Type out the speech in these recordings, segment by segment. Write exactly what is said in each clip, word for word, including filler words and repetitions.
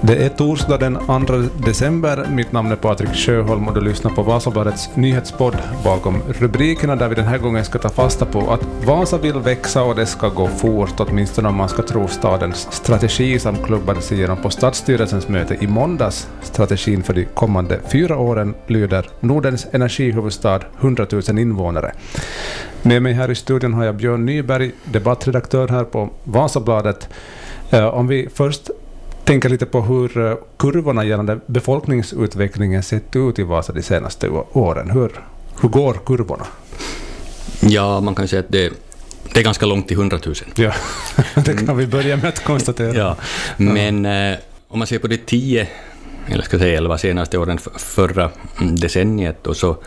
Det är torsdag den andra december. Mitt namn är Patrik Sjöholm och du lyssnar på Vasabladets nyhetspodd bakom rubrikerna, där vi den här gången ska ta fasta på att Vasa vill växa och det ska gå fort, åtminstone om man ska tro stadens strategi som klubbades igenom på stadsstyrelsens möte i måndags. Strategin för de kommande fyra åren lyder Nordens energihuvudstad, hundratusen invånare. Med mig här i studion har jag Björn Nyberg, debattredaktör här på Vasabladet. Om vi först tänker lite på hur kurvorna gällande befolkningsutvecklingen sett ut i Vasa de senaste åren. Hur, hur går kurvorna? Ja, man kan säga att det, det är ganska långt till hundratusen. Ja, det kan vi börja med att konstatera. Ja, men eh, om man ser på de tio, eller ska jag säga elva senaste åren förra decenniet, och så,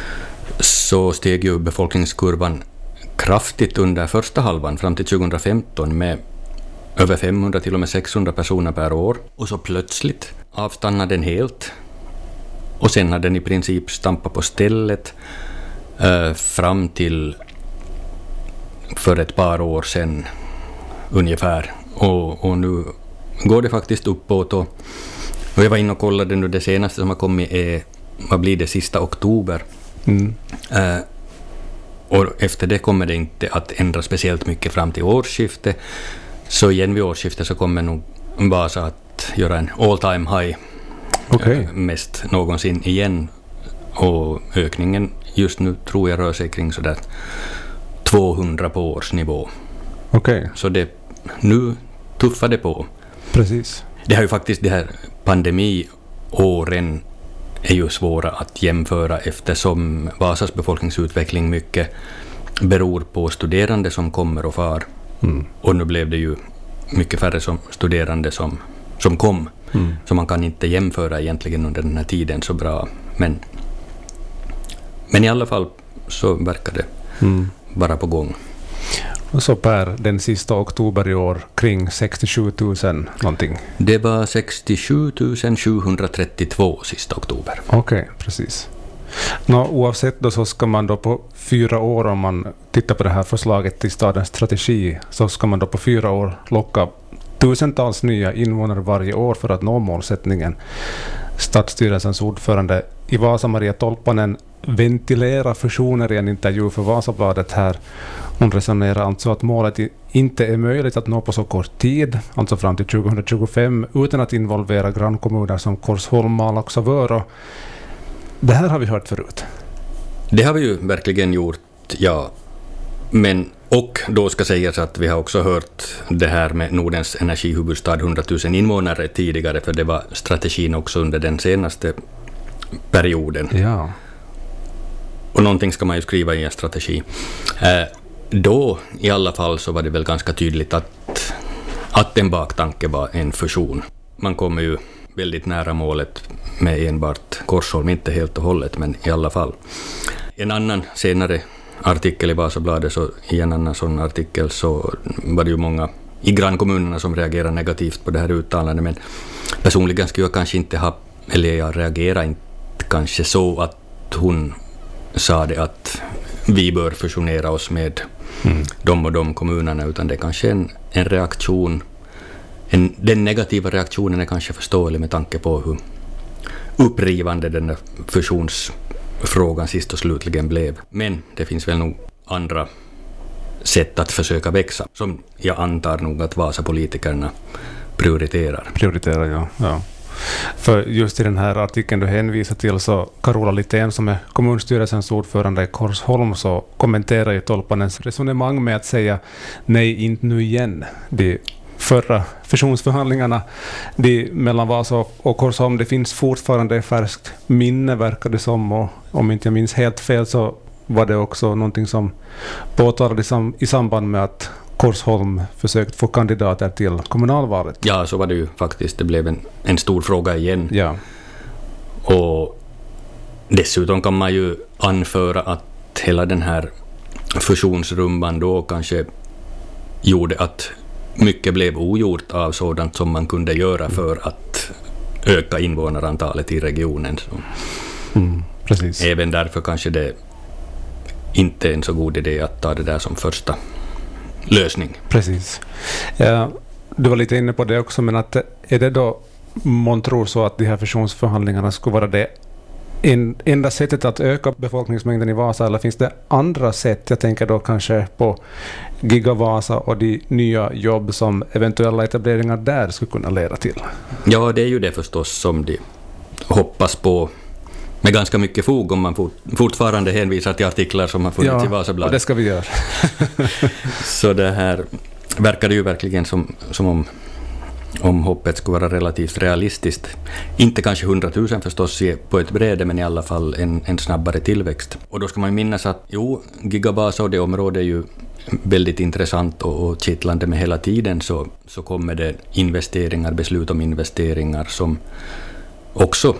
så steg ju befolkningskurvan kraftigt under första halvan fram till tjugohundrafemton med över femhundra till och med sexhundra personer per år. Och så plötsligt avstannade den helt. Och sen hade den i princip stampat på stället eh, fram till för ett par år sedan ungefär. Och, och nu går det faktiskt uppåt. Och, och jag var inne och kollade nu, det senaste som har kommit är, vad blir det, sista oktober. Mm. Eh, och efter det kommer det inte att ändra speciellt mycket fram till årsskiftet. Så igen vid årsskiftet så kommer nog Vasa att göra en all time high, okay. Mest någonsin igen. Och ökningen just nu tror jag rör sig kring sådär tvåhundra på årsnivå. Okay. Så det, nu tuffar det på. Precis. Det har ju faktiskt, de här pandemiåren är ju svåra att jämföra, eftersom Vasas befolkningsutveckling mycket beror på studerande som kommer och far. Mm. Och nu blev det ju mycket färre som studerande som, som kom. Mm. Så man kan inte jämföra egentligen under den här tiden så bra. Men, men i alla fall så verkar det mm. vara på gång. Och så per den sista oktober i år kring sextiosju tusen någonting. Det var sextiosju tusen sjuhundratrettiotvå sista oktober. Okej, okay, precis. Nå, oavsett då så ska man då på fyra år, om man tittar på det här förslaget till stadens strategi, så ska man då på fyra år locka tusentals nya invånare varje år för att nå målsättningen. Stadsstyrelsens ordförande i Vasa, Maria Tolppanen, ventilerar fusioner i en intervju för Vasabladet här. Hon resonerar alltså att målet inte är möjligt att nå på så kort tid, alltså fram till tjugohundratjugofem, utan att involvera grannkommuner som Korsholm, Mal och Savör. Det här har vi hört förut. Det har vi ju verkligen gjort, ja. Men, och då ska sägas att vi har också hört det här med Nordens energihuvudstad, hundratusen invånare tidigare, för det var strategin också under den senaste perioden. Ja. Och någonting ska man ju skriva i en strategi. Eh, då i alla fall så var det väl ganska tydligt att, att en baktanke var en fusion. Man kommer ju väldigt nära målet med enbart Korsholm, inte helt och hållet, men i alla fall. En annan senare artikel i Vasabladet, så i en annan sån artikel så var det ju många i grannkommunerna som reagerar negativt på det här uttalandet, men personligen skulle jag kanske inte ha, eller jag reagerar inte kanske så att hon sa det att vi bör fusionera oss med mm. de och de kommunerna, utan det är kanske en, en reaktion. En, den negativa reaktionen är kanske förståelig med tanke på hur upprivande den fusionsfrågan sist och slutligen blev. Men det finns väl nog andra sätt att försöka växa, som jag antar nog att Vasa-politikerna prioriterar. Prioriterar, ja. ja. För just i den här artikeln du hänvisar till, så Carola Littén, som är kommunstyrelsens ordförande i Korsholm, så kommenterar ju Tolppanens resonemang med att säga nej, inte nu igen. Det förra fusionsförhandlingarna de mellan Vasa och Korsholm, det finns fortfarande färskt minne, verkar det som, och om inte jag minns helt fel så var det också någonting som påtalades i samband med att Korsholm försökt få kandidater till kommunalvalet. Ja, så var det ju faktiskt. Det blev en, en stor fråga igen. Ja. Och dessutom kan man ju anföra att hela den här fusionsrumban då kanske gjorde att mycket blev ogjort av sådant som man kunde göra för att öka invånarantalet i regionen. Så. Mm, precis. Även därför kanske det inte är en så god idé att ta det där som första lösning. Precis. Ja, du var lite inne på det också, men att är det då man tror så att de här fusionsförhandlingarna skulle vara det en, enda sättet att öka befolkningsmängden i Vasa, eller finns det andra sätt? Jag tänker då kanske på Giga Vasa och de nya jobb som eventuella etableringar där skulle kunna leda till. Ja, det är ju det förstås som de hoppas på med ganska mycket fog, om man fort, fortfarande hänvisar till artiklar som har funnits ja, i Vasabladet. Ja, det ska vi göra. Så det här verkar det ju verkligen som, som om, om hoppet skulle vara relativt realistiskt. Inte kanske hundratusen förstås på ett bräde, men i alla fall en, en snabbare tillväxt. Och då ska man minnas att jo, Giga Vasa och det området är ju väldigt intressant och, och kittlande, med hela tiden så, så kommer det investeringar, beslut om investeringar som också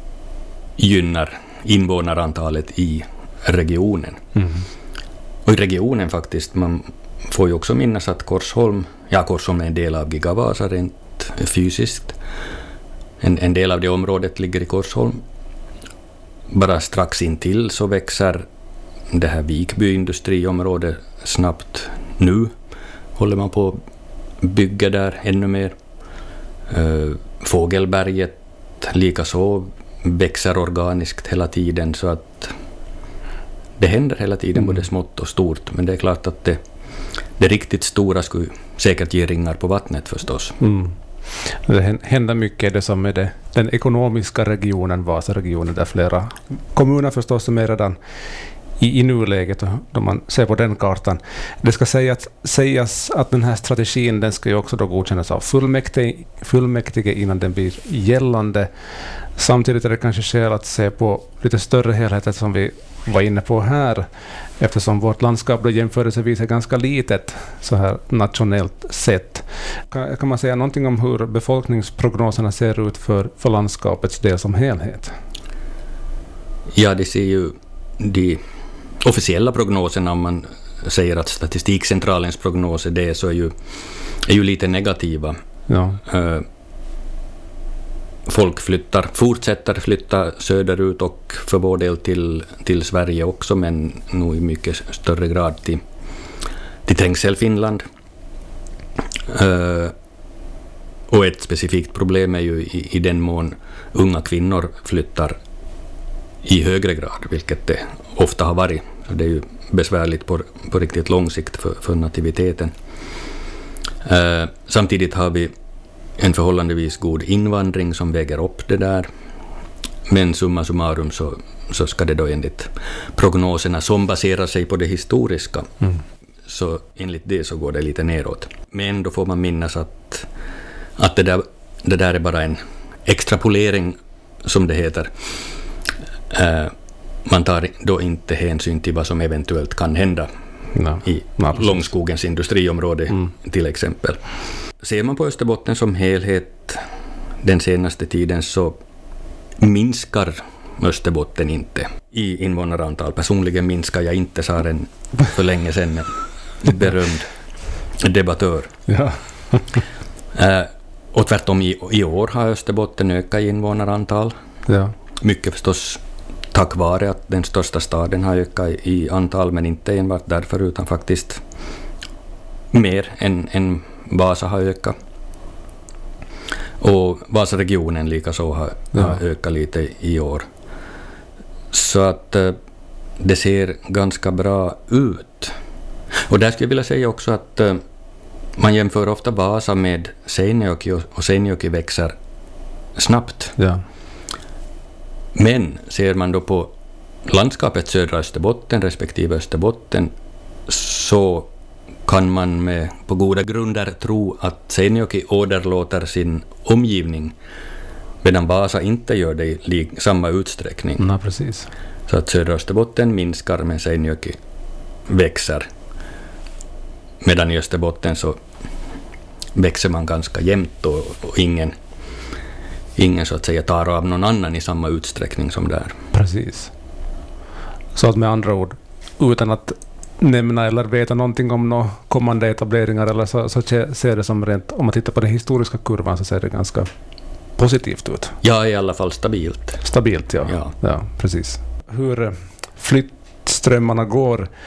gynnar invånarantalet i regionen. Mm. Och i regionen faktiskt, man får ju också minnas att Korsholm, ja Korsholm är en del av Giga Vasa rent fysiskt. En, en del av det området ligger i Korsholm. Bara strax intill så växer det här Vikby industriområdet snabbt nu. Håller man på att bygga där ännu mer. Uh, Fågelberget likaså växer organiskt hela tiden, så att det händer hela tiden mm. både smått och stort, men det är klart att det, det riktigt stora skulle säkert ge ringar på vattnet förstås. Mm. Det händer mycket det som är det, den ekonomiska regionen, Vasaregionen, där flera kommuner förstås som är redan i, i nuläget, då man ser på den kartan. Det ska sägas, sägas att den här strategin, den ska ju också då godkännas av fullmäktige, fullmäktige innan den blir gällande. Samtidigt är det kanske skäl att se på lite större helheter som vi var inne på här, eftersom vårt landskap då jämförelsevis är ganska litet så här nationellt sett. Kan, kan man säga någonting om hur befolkningsprognoserna ser ut för, för landskapets del som helhet? Ja, det ser ju de officiella prognoserna, om man säger att Statistikcentralens prognoser det så är ju, är ju lite negativa. Ja. Uh, Folk flyttar, fortsätter flytta söderut och för vår del till, till Sverige också, men nog i mycket större grad till, till Trängsel, Finland. Uh, och ett specifikt problem är ju i, i den mån unga kvinnor flyttar i högre grad, vilket det ofta har varit. Så det är ju besvärligt på, på riktigt lång sikt för, för nativiteten. Uh, samtidigt har vi en förhållandevis god invandring som väger upp det där. Men summa summarum så, så ska det då enligt prognoserna som baserar sig på det historiska. Mm. Så enligt det så går det lite neråt. Men då får man minnas att, att det, där, det där är bara en extrapolering, som det heter. Uh, man tar då inte hänsyn till vad som eventuellt kan hända no. i no, Långskogens industriområde mm. till exempel. Ser man på Österbotten som helhet den senaste tiden så minskar Österbotten inte i invånarantal. Personligen minskar jag inte, sa en för länge sedan berömd debattör. Ja. äh, och tvärtom i, i år har Österbotten ökat i invånarantal. Ja. Mycket förstås tack vare att den största staden har ökat i antal, men inte enbart därför utan faktiskt mer än, än Vasa har ökat. Och Vasaregionen likaså har, ja. har ökat lite i år. Så att eh, det ser ganska bra ut. Och där skulle jag vilja säga också att eh, man jämför ofta Vasa med Seinäjoki, och, och Seinäjoki växer snabbt. Ja. Men ser man då på landskapet södra Österbotten respektive Österbotten så kan man med på goda grunder tro att Seinäjoki åderlåter sin omgivning, medan Vasa inte gör det i samma utsträckning. Nej, precis. Så att södra Österbotten minskar, men Seinäjoki växer. Medan i Österbotten så växer man ganska jämnt och, och ingen, ingen så att säga tar av någon annan i samma utsträckning som där. Precis. Så att med andra ord, utan att nämna eller veta någonting om några kommande etableringar eller så, så ser det som rent, om man tittar på den historiska kurvan så ser det ganska positivt ut. Ja, i alla fall stabilt. Stabilt, ja. Ja, ja precis. Hur flyttströmmarna går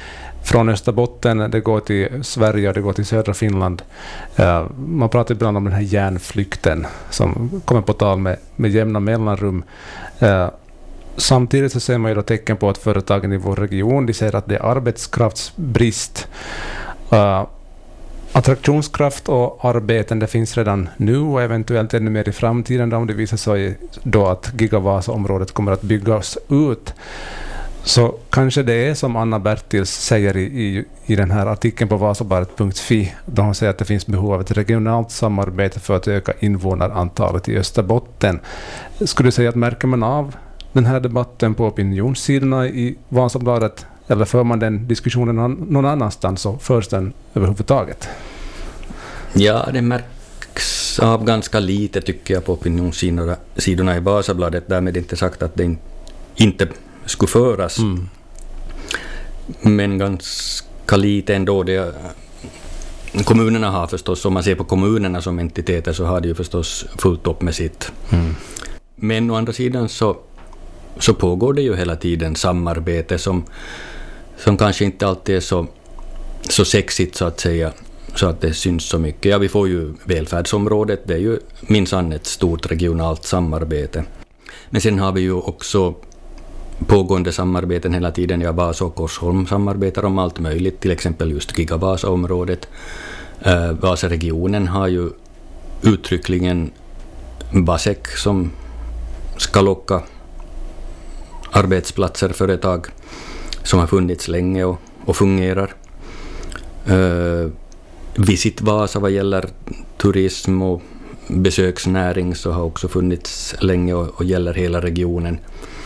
från Österbotten, det går till Sverige och det går till södra Finland. Uh, man pratar ibland om den här järnflykten som kommer på tal med, med jämna mellanrum. Uh, samtidigt så ser man ju då tecken på att företagen i vår region, de säger att det är arbetskraftsbrist. Uh, attraktionskraft och arbeten, det finns redan nu och eventuellt ännu mer i framtiden om det visar sig då att Gigavasa-området kommer att byggas ut. Så kanske det är som Anna Bertils säger i, i, i den här artikeln på vasabaret punkt fi, då hon säger att det finns behov av ett regionalt samarbete för att öka invånarantalet i Österbotten. Skulle du säga att märker man av den här debatten på opinionssidorna i Vasabladet, eller för man den diskussionen någon annanstans så förs den överhuvudtaget? Ja, det märks av ganska lite tycker jag på opinionssidorna i Vasabladet. Därmed inte sagt att det inte skulle föras. Mm. Men ganska lite ändå. Det, kommunerna har förstås, om man ser på kommunerna som entiteter så har de ju förstås fullt upp med sitt. Mm. Men å andra sidan så, så pågår det ju hela tiden samarbete som, som kanske inte alltid är så, så sexigt så att säga, så att det syns så mycket. Ja, vi får ju välfärdsområdet, det är ju minsann ett stort regionalt samarbete. Men sen har vi ju också pågående samarbeten hela tiden. Ja, Vasa och Korsholm samarbetar om allt möjligt, till exempel just Gigavasa-området. Uh, Vasaregionen har ju uttryckligen Vasek som ska locka arbetsplatser, företag som har funnits länge och, och fungerar. Uh, Visit Vasa vad gäller turism och besöksnäring så har också funnits länge och, och gäller hela regionen.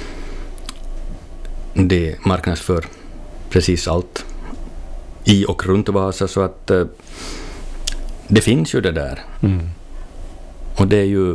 Det marknadsför precis allt i och runt Vasa, så att uh, det finns ju det där. Mm. Och det är ju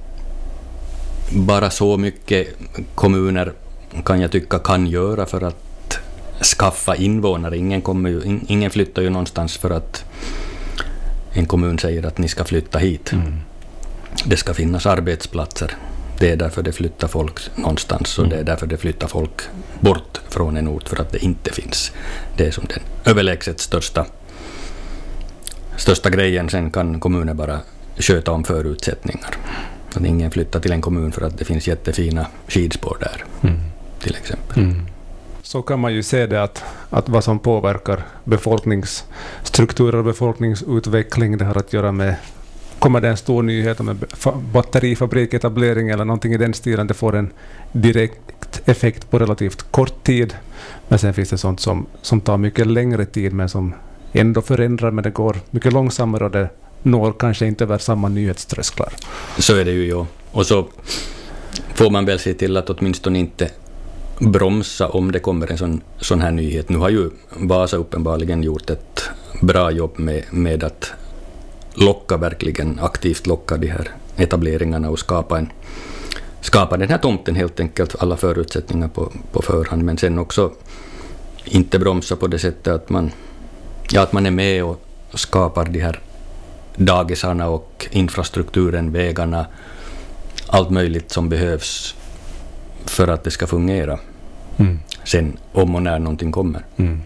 bara så mycket kommuner kan jag tycka kan göra för att skaffa invånare. Ingen, kommer ju, in, ingen flyttar ju någonstans för att en kommun säger att ni ska flytta hit. Mm. Det ska finnas arbetsplatser. Det är därför det flyttar folk någonstans och mm. det är därför det flyttar folk bort från en ort, för att det inte finns. Det är som den överlägset största, största grejen. Sen kan kommunen bara sköta om förutsättningar. Att ingen flyttar till en kommun för att det finns jättefina skidspår där, mm. till exempel. Mm. Så kan man ju se det att, att vad som påverkar befolkningsstrukturer och befolkningsutveckling, det har att göra med, kommer det en stor nyhet om en batterifabriketablering eller någonting i den stilen, det får en direkt effekt på relativt kort tid. Men sen finns det sånt som, som tar mycket längre tid men som ändå förändrar, men det går mycket långsammare och det når kanske inte över samma nyhetströsklar. Så är det ju, ja. Och så får man väl se till att åtminstone inte bromsa om det kommer en sån, sån här nyhet. Nu har ju Vasa uppenbarligen gjort ett bra jobb med, med att locka, verkligen aktivt locka de här etableringarna och skapa, en, skapa den här tomten helt enkelt, alla förutsättningar på, på förhand. Men sen också inte bromsa på det sättet att man, ja, att man är med och skapar de här dagisarna och infrastrukturen, vägarna, allt möjligt som behövs för att det ska fungera. Mm. Sen om och när någonting kommer. Mm.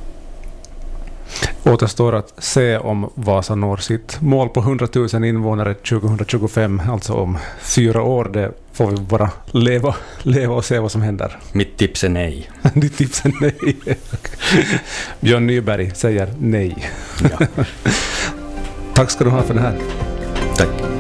Återstår att se om Vasa når sitt mål på hundratusen invånare tjugohundratjugofem, alltså om fyra år. Det får vi bara leva, leva och se vad som händer. Mitt tips är nej. Ditt tips är nej. Björn Nyberg säger nej. Ja. Tack ska du ha för det här. Tack.